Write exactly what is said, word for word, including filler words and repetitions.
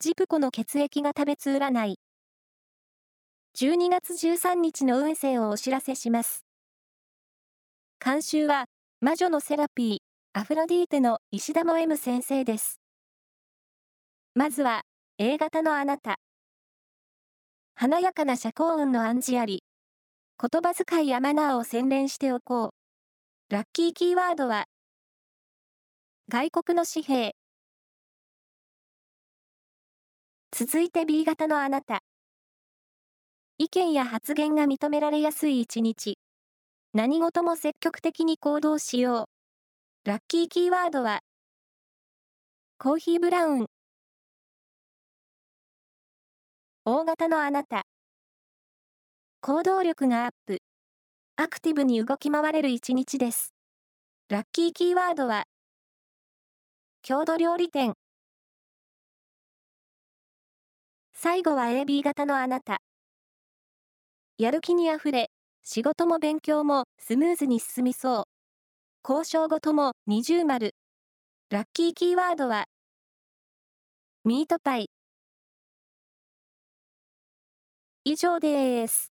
ジプコの血液が食べつ占い。じゅうにがつじゅうさんにちの運勢をお知らせします。監修は、魔女のセラピー、アフロディーテの石田も M 先生です。まずは、A 型のあなた。華やかな社交運の暗示あり。言葉遣いやマナーを洗練しておこう。ラッキーキーワードは、外国の紙幣。続いて B 型のあなた。意見や発言が認められやすい一日。何事も積極的に行動しよう。ラッキーキーワードは、コーヒーブラウン。O 型のあなた。行動力がアップ。アクティブに動き回れる一日です。ラッキーキーワードは、郷土料理店。最後は エービー 型のあなた。やる気にあふれ、仕事も勉強もスムーズに進みそう。交渉ごとも二重丸。ラッキーキーワードは、ミートパイ。以上です。